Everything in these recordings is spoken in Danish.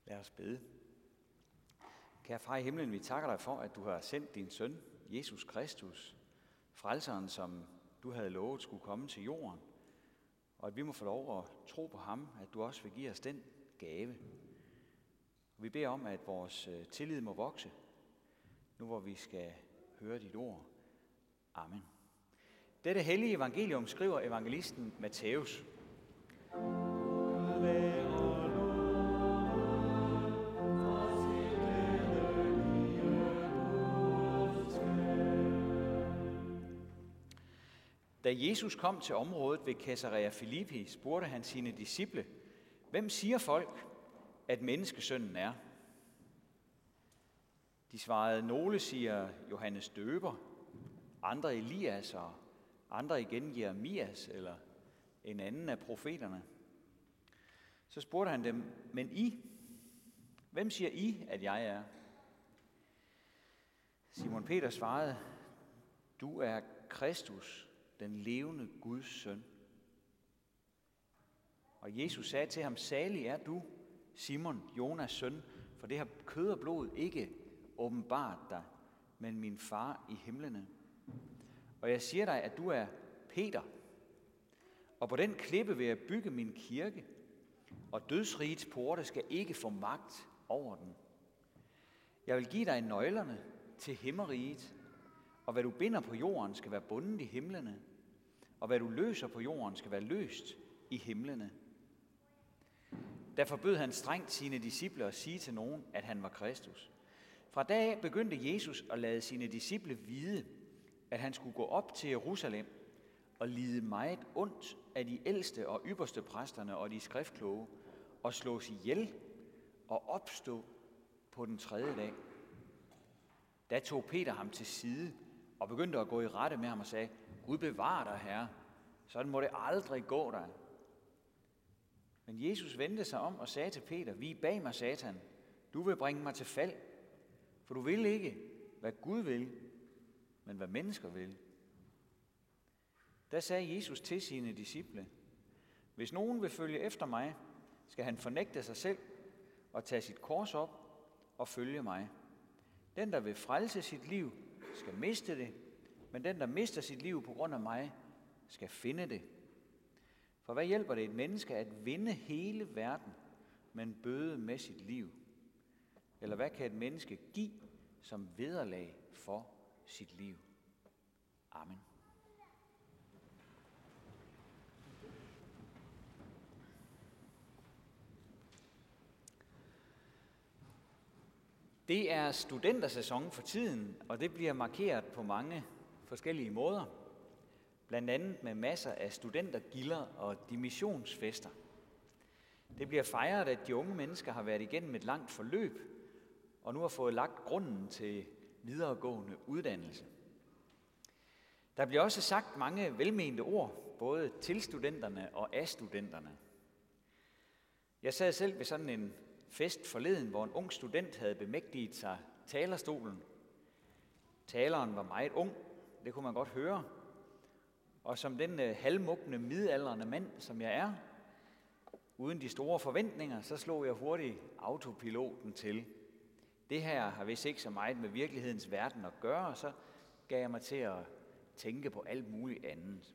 Lad os bede. Kære far i himlen, vi takker dig for, at du har sendt din søn, Jesus Kristus, frelseren, som du havde lovet skulle komme til jorden, og at vi må få lov at tro på ham, at du også vil give os den gave. Og vi beder om, at vores tillid må vokse, nu hvor vi skal høre dit ord. Amen. Dette hellige evangelium skriver evangelisten Matthæus. Da Jesus kom til området ved Caesarea Philippi, spurgte han sine disciple, hvem siger folk, at menneskesønnen er? De svarede, nogle siger Johannes Døber, andre Elias og andre igen Jeremias eller en anden af profeterne. Så spurgte han dem, men I? Hvem siger I, at jeg er? Simon Peter svarede, du er Kristus, den levende Guds søn. Og Jesus sagde til ham, salig er du, Simon, Jonas søn, for det har kød og blod ikke åbenbart dig, men min far i himlene. Og jeg siger dig, at du er Peter, og på den klippe vil jeg bygge min kirke, og dødsrigets porte skal ikke få magt over den. Jeg vil give dig nøglerne til himmeriget, og hvad du binder på jorden skal være bundet i himlene, og hvad du løser på jorden skal være løst i himlene. Derfor bød han strengt sine disciple at sige til nogen, at han var Kristus. Fra da af begyndte Jesus at lade sine disciple vide, at han skulle gå op til Jerusalem og lide meget ondt af de ældste og ypperste præsterne og de skriftkloge, og slås ihjel og opstå på den tredje dag. Da tog Peter ham til side og begyndte at gå i rette med ham og sagde, Gud bevare dig, Herre, sådan må det aldrig gå dig. Men Jesus vendte sig om og sagde til Peter, vig bag mig, Satan, du vil bringe mig til fald, for du vil ikke, hvad Gud vil, men hvad mennesker vil. Da sagde Jesus til sine disciple, hvis nogen vil følge efter mig, skal han fornægte sig selv og tage sit kors op og følge mig. Den, der vil frelse sit liv, skal miste det, men den, der mister sit liv på grund af mig, skal finde det. For hvad hjælper det et menneske at vinde hele verden, men bøde med sit liv? Eller hvad kan et menneske give som vederlag for sit liv? Amen. Det er studentersæson for tiden, og det bliver markeret på mange forskellige måder. Blandt andet med masser af studentergilder og dimissionsfester. Det bliver fejret, at de unge mennesker har været igennem et langt forløb, og nu har fået lagt grunden til videregående uddannelse. Der bliver også sagt mange velmente ord, både til studenterne og af studenterne. Jeg sad selv ved sådan en fest forleden, hvor en ung student havde bemægtiget sig talerstolen. Taleren var meget ung, det kunne man godt høre. Og som den halvmugne midaldrende mand, som jeg er, uden de store forventninger, så slog jeg hurtigt autopiloten til. Det her har vist ikke så meget med virkelighedens verden at gøre, og så gav jeg mig til at tænke på alt muligt andet.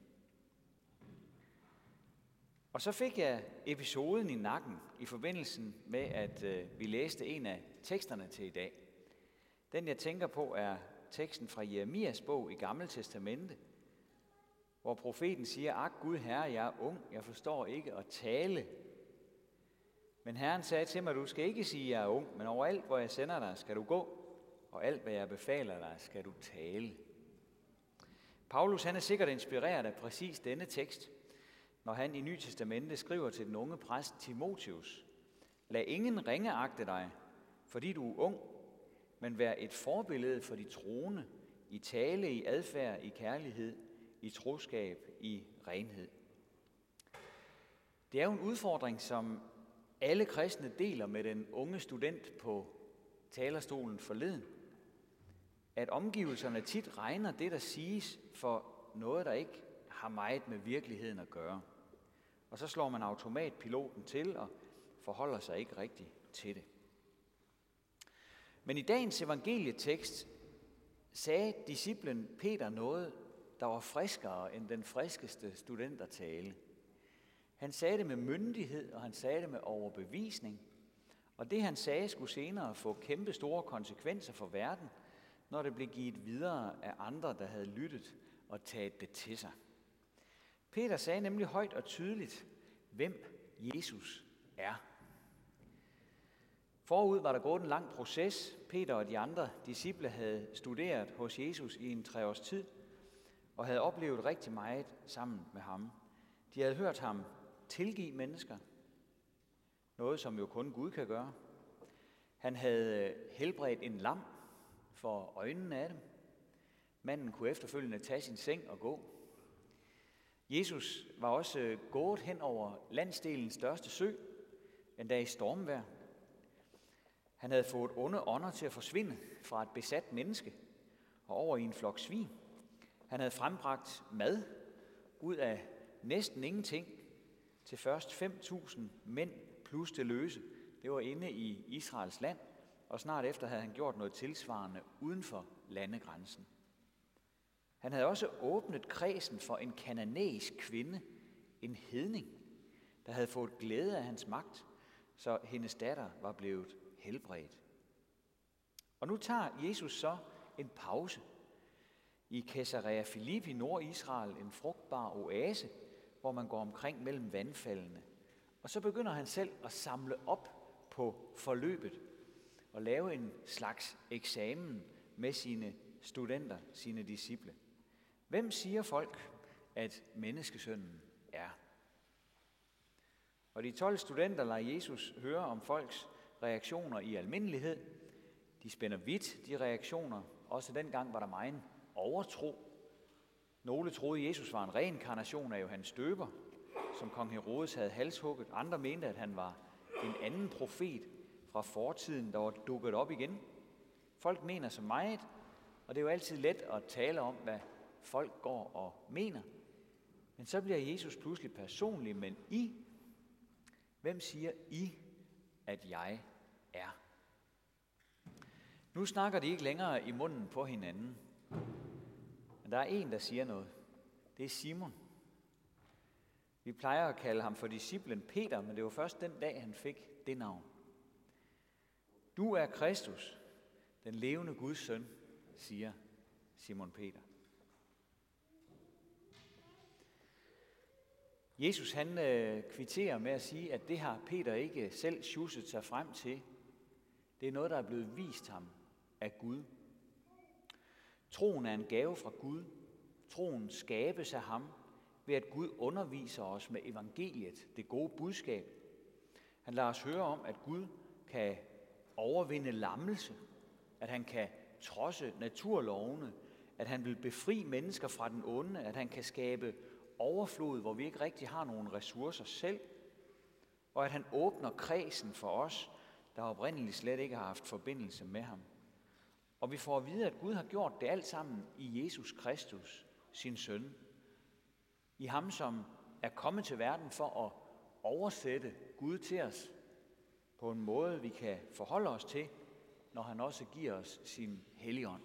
Og så fik jeg episoden i nakken i forbindelsen med, at vi læste en af teksterne til i dag. Den, jeg tænker på, er teksten fra Jeremias bog i Gamle Testamente, hvor profeten siger, ak Gud Herre, jeg er ung, jeg forstår ikke at tale. Men Herren sagde til mig, du skal ikke sige, jeg er ung, men overalt, hvor jeg sender dig, skal du gå, og alt, hvad jeg befaler dig, skal du tale. Paulus, han er sikkert inspireret af præcis denne tekst, når han i Nye Testamente skriver til den unge præst Timotheus, lad ingen ringeagte dig, fordi du er ung, men vær et forbillede for de troende, i tale, i adfærd, i kærlighed, i troskab, i renhed. Det er jo en udfordring, som alle kristne deler med den unge student på talerstolen forleden, at omgivelserne tit regner det, der siges, for noget, der ikke har meget med virkeligheden at gøre. Og så slår man automatpiloten til og forholder sig ikke rigtigt til det. Men i dagens evangelietekst sagde disciplen Peter noget, der var friskere end den friskeste studentertale. Han sagde det med myndighed, og han sagde det med overbevisning. Og det han sagde skulle senere få kæmpe store konsekvenser for verden, når det blev givet videre af andre, der havde lyttet og taget det til sig. Peter sagde nemlig højt og tydeligt, hvem Jesus er. Forud var der gået en lang proces. Peter og de andre disciple havde studeret hos Jesus i en 3 års tid, og havde oplevet rigtig meget sammen med ham. De havde hørt ham tilgive mennesker, noget som jo kun Gud kan gøre. Han havde helbredt en lam for øjnene af dem. Manden kunne efterfølgende tage sin seng og gå. Jesus var også gået hen over landsdelens største sø, endda i stormvejr. Han havde fået onde ånder til at forsvinde fra et besat menneske og over i en flok svin. Han havde frembragt mad ud af næsten ingenting til først 5.000 mænd plus det løse. Det var inde i Israels land, og snart efter havde han gjort noget tilsvarende uden for landegrænsen. Han havde også åbnet kredsen for en kananæisk kvinde, en hedning, der havde fået glæde af hans magt, så hendes datter var blevet helbredt. Og nu tager Jesus så en pause i Caesarea Philippi, Nord-Israel, en frugtbar oase, hvor man går omkring mellem vandfaldene. Og så begynder han selv at samle op på forløbet og lave en slags eksamen med sine studenter, sine disciple. Hvem siger folk, at menneskesønnen er? Og de 12 studenter lader Jesus høre om folks reaktioner i almindelighed. De spænder vidt, de reaktioner. Også dengang var der megen overtro. Nogle troede, Jesus var en reinkarnation af Johannes Døber, som kong Herodes havde halshugget. Andre mente, at han var en anden profet fra fortiden, der var dukket op igen. Folk mener så meget, og det er jo altid let at tale om, hvad folk går og mener. Men så bliver Jesus pludselig personlig, men I? Hvem siger I, at jeg er? Nu snakker de ikke længere i munden på hinanden. Men der er en, der siger noget. Det er Simon. Vi plejer at kalde ham for disciplen Peter, men det var først den dag, han fik det navn. Du er Kristus, den levende Guds søn, siger Simon Peter. Jesus han kvitterer med at sige, at det har Peter ikke selv sjusset sig frem til. Det er noget, der er blevet vist ham af Gud. Troen er en gave fra Gud. Troen skabes af ham, ved at Gud underviser os med evangeliet, det gode budskab. Han lader os høre om, at Gud kan overvinde lammelse, at han kan trodse naturlovene, at han vil befri mennesker fra den onde, at han kan skabe overflod, hvor vi ikke rigtig har nogen ressourcer selv, og at han åbner kredsen for os, der oprindeligt slet ikke har haft forbindelse med ham. Og vi får at vide, at Gud har gjort det alt sammen i Jesus Kristus, sin søn. I ham, som er kommet til verden for at oversætte Gud til os på en måde, vi kan forholde os til, når han også giver os sin Helligånd.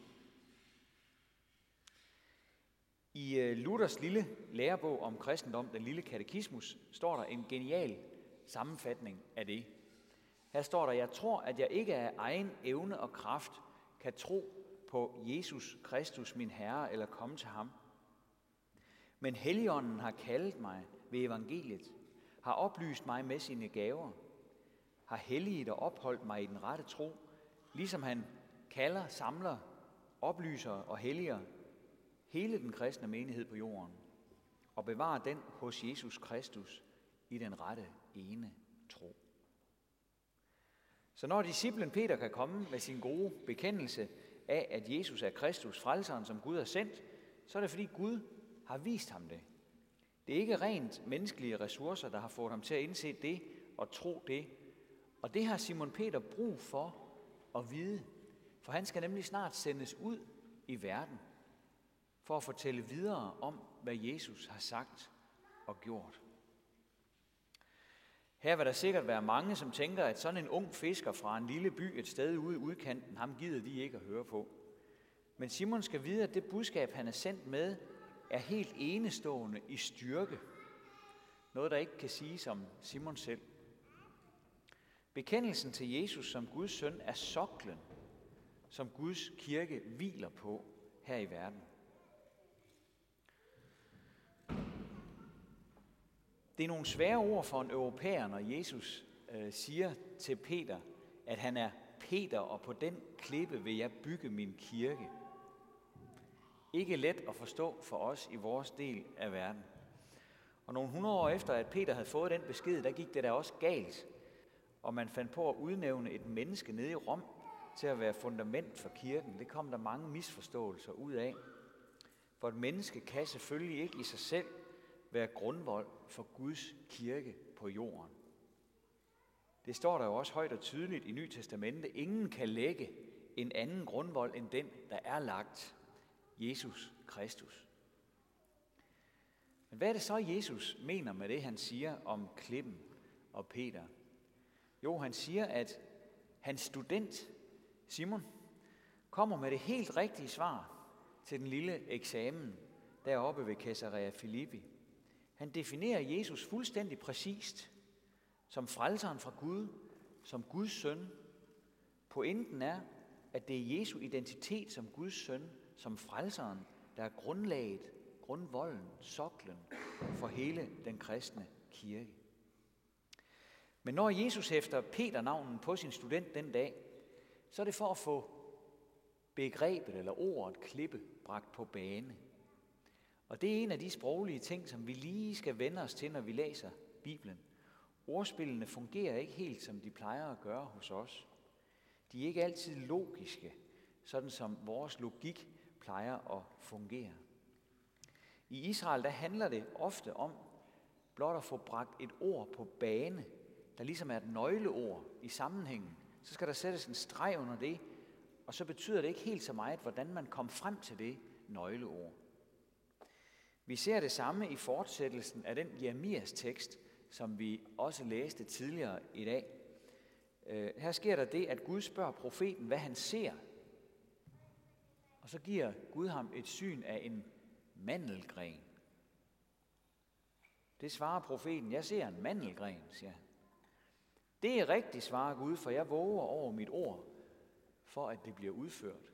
I Luthers lille lærebog om kristendom, den lille katekismus, står der en genial sammenfatning af det. Her står der, jeg tror, at jeg ikke af egen evne og kraft kan tro på Jesus Kristus, min Herre, eller komme til ham. Men Helligånden har kaldet mig ved evangeliet, har oplyst mig med sine gaver, har helliget og opholdt mig i den rette tro, ligesom han kalder, samler, oplyser og helliger hele den kristne menighed på jorden, og bevarer den hos Jesus Kristus i den rette ene tro. Så når disciplen Peter kan komme med sin gode bekendelse af, at Jesus er Kristus, frelseren, som Gud har sendt, så er det fordi Gud har vist ham det. Det er ikke rent menneskelige ressourcer, der har fået ham til at indse det og tro det. Og det har Simon Peter brug for at vide, for han skal nemlig snart sendes ud i verden for at fortælle videre om, hvad Jesus har sagt og gjort. Her vil der sikkert være mange, som tænker, at sådan en ung fisker fra en lille by et sted ude i udkanten, ham gider de ikke at høre på. Men Simon skal vide, at det budskab, han er sendt med, er helt enestående i styrke. Noget, der ikke kan siges om Simon selv. Bekendelsen til Jesus som Guds søn er soklen, som Guds kirke hviler på her i verden. Det er nogle svære ord for en europæer, når Jesus siger til Peter, at han er Peter, og på den klippe vil jeg bygge min kirke. Ikke let at forstå for os i vores del af verden. Og nogle 100 år efter, at Peter havde fået den besked, der gik det da også galt. Og man fandt på at udnævne et menneske nede i Rom til at være fundament for kirken. Det kom der mange misforståelser ud af. For et menneske kan selvfølgelig ikke i sig selv være grundvold for Guds kirke på jorden. Det står der jo også højt og tydeligt i Nye Testamente. Ingen kan lægge en anden grundvold end den, der er lagt. Jesus Kristus. Men hvad er det så, Jesus mener med det, han siger om klippen og Peter? Jo, han siger, at hans student, Simon, kommer med det helt rigtige svar til den lille eksamen deroppe ved Caesarea Philippi. Han definerer Jesus fuldstændig præcist som frelseren fra Gud, som Guds søn. Pointen er, at det er Jesu identitet som Guds søn, som frelseren, der er grundlaget, grundvolden, soklen for hele den kristne kirke. Men når Jesus hæfter Peter-navnen på sin student den dag, så er det for at få begrebet eller ordet klippe bragt på bane. Og det er en af de sproglige ting, som vi lige skal vende os til, når vi læser Bibelen. Ordspillene fungerer ikke helt, som de plejer at gøre hos os. De er ikke altid logiske, sådan som vores logik plejer at fungere. I Israel, der handler det ofte om blot at få bragt et ord på bane, der ligesom er et nøgleord i sammenhængen. Så skal der sættes en streg under det, og så betyder det ikke helt så meget, hvordan man kom frem til det nøgleord. Vi ser det samme i fortsættelsen af den Jeremias tekst, som vi også læste tidligere i dag. Her sker der det, at Gud spørger profeten, hvad han ser. Og så giver Gud ham et syn af en mandelgren. Det svarer profeten, jeg ser en mandelgren, siger han. Det er rigtigt, svarer Gud, for jeg våger over mit ord, for at det bliver udført.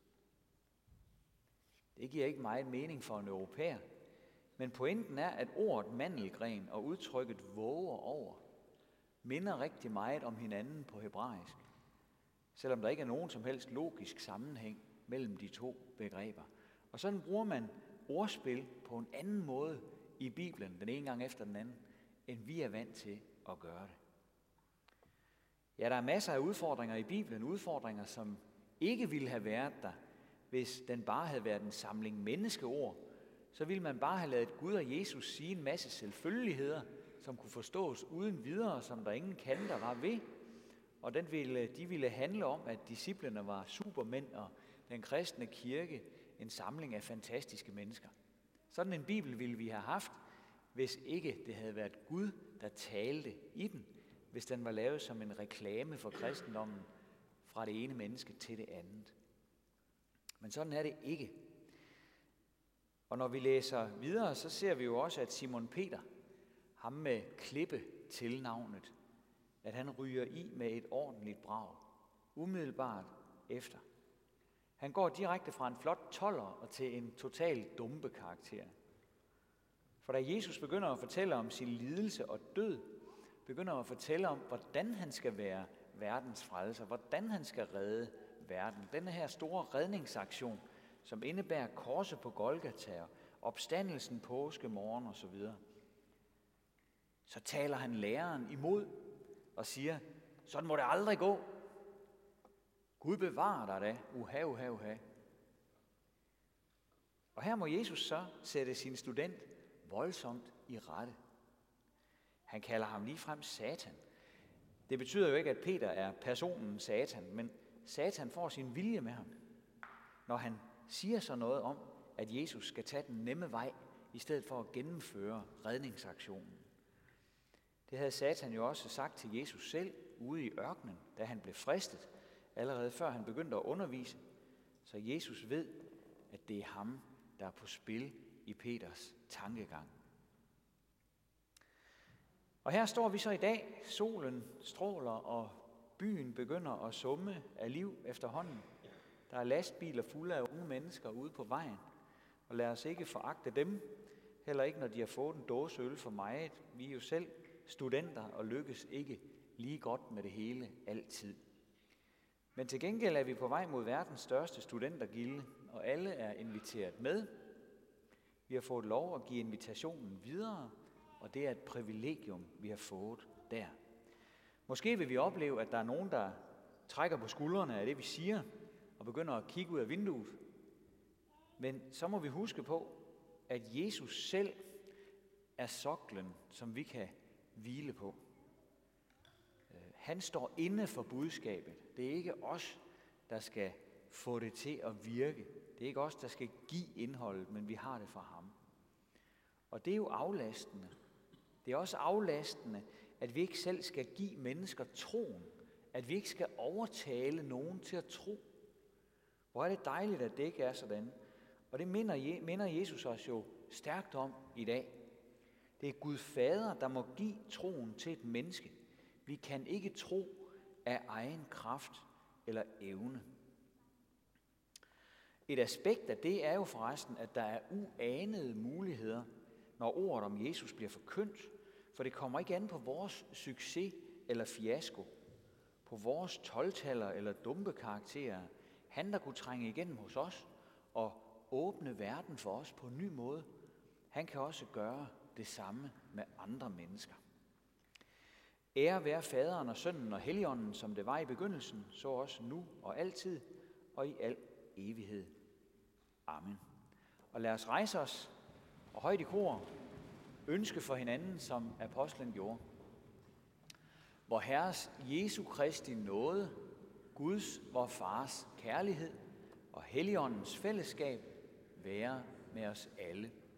Det giver ikke meget mening for en europæer, men pointen er, at ordet mandelgren og udtrykket våger over minder rigtig meget om hinanden på hebraisk, selvom der ikke er nogen som helst logisk sammenhæng mellem de to begreber. Og sådan bruger man ordspil på en anden måde i Bibelen, den ene gang efter den anden, end vi er vant til at gøre det. Ja, der er masser af udfordringer i Bibelen, udfordringer, som ikke ville have været der, hvis den bare havde været en samling menneskeord. Så ville man bare have ladet Gud og Jesus sige en masse selvfølgeligheder, som kunne forstås uden videre, som der ingen kanter var ved. Og de ville handle om, at disciplene var supermænd, og den kristne kirke en samling af fantastiske mennesker. Sådan en bibel ville vi have haft, hvis ikke det havde været Gud, der talte i den, hvis den var lavet som en reklame for kristendommen fra det ene menneske til det andet. Men sådan er det ikke. Og når vi læser videre, så ser vi jo også, at Simon Peter, ham med klippe til navnet, at han ryger i med et ordentligt brag, umiddelbart efter. Han går direkte fra en flot toller og til en total dumpekarakter. For da Jesus begynder at fortælle om sin lidelse og død, begynder at fortælle om, hvordan han skal være verdens frelser, hvordan han skal redde verden. Denne her store redningsaktion, som indebærer korset på Golgata, opstandelsen påskemorgen osv. Så taler han læreren imod og siger, sådan må det aldrig gå. Gud bevarer dig da, uha, uha, uha. Og her må Jesus så sætte sin student voldsomt i rette. Han kalder ham ligefrem Satan. Det betyder jo ikke, at Peter er personen Satan, men Satan får sin vilje med ham, når han siger så noget om, at Jesus skal tage den nemme vej, i stedet for at gennemføre redningsaktionen. Det havde Satan jo også sagt til Jesus selv ude i ørkenen, da han blev fristet, allerede før han begyndte at undervise. Så Jesus ved, at det er ham, der er på spil i Peters tankegang. Og her står vi så i dag. Solen stråler, og byen begynder at summe af liv efterhånden. Der er lastbiler fulde af unge mennesker ude på vejen. Og lad os ikke foragte dem, heller ikke når de har fået en dåse øl for meget. Vi er jo selv studenter og lykkes ikke lige godt med det hele altid. Men til gengæld er vi på vej mod verdens største studentergilde, og alle er inviteret med. Vi har fået lov at give invitationen videre, og det er et privilegium, vi har fået der. Måske vil vi opleve, at der er nogen, der trækker på skuldrene af det, vi siger, og begynder at kigge ud af vinduet. Men så må vi huske på, at Jesus selv er soklen, som vi kan hvile på. Han står inde for budskabet. Det er ikke os, der skal få det til at virke. Det er ikke os, der skal give indholdet, men vi har det fra ham. Og det er jo aflastende. Det er også aflastende, at vi ikke selv skal give mennesker troen. At vi ikke skal overtale nogen til at tro. Hvor er det dejligt, at det ikke er sådan. Og det minder Jesus os jo stærkt om i dag. Det er Gud Fader, der må give troen til et menneske. Vi kan ikke tro af egen kraft eller evne. Et aspekt af det er jo forresten, at der er uanede muligheder, når ordet om Jesus bliver forkyndt, for det kommer ikke an på vores succes eller fiasko, på vores 12-taller eller dumpe karakterer. Han, der kunne trænge igennem hos os og åbne verden for os på en ny måde, han kan også gøre det samme med andre mennesker. Ære være Faderen og Sønnen og Helligånden, som det var i begyndelsen, så også nu og altid og i al evighed. Amen. Og lad os rejse os og højt i kor ønske for hinanden, som apostlen gjorde. Vor Herres Jesu Kristi nåde, Guds, vor Fars kærlighed og Helligåndens fællesskab være med os alle.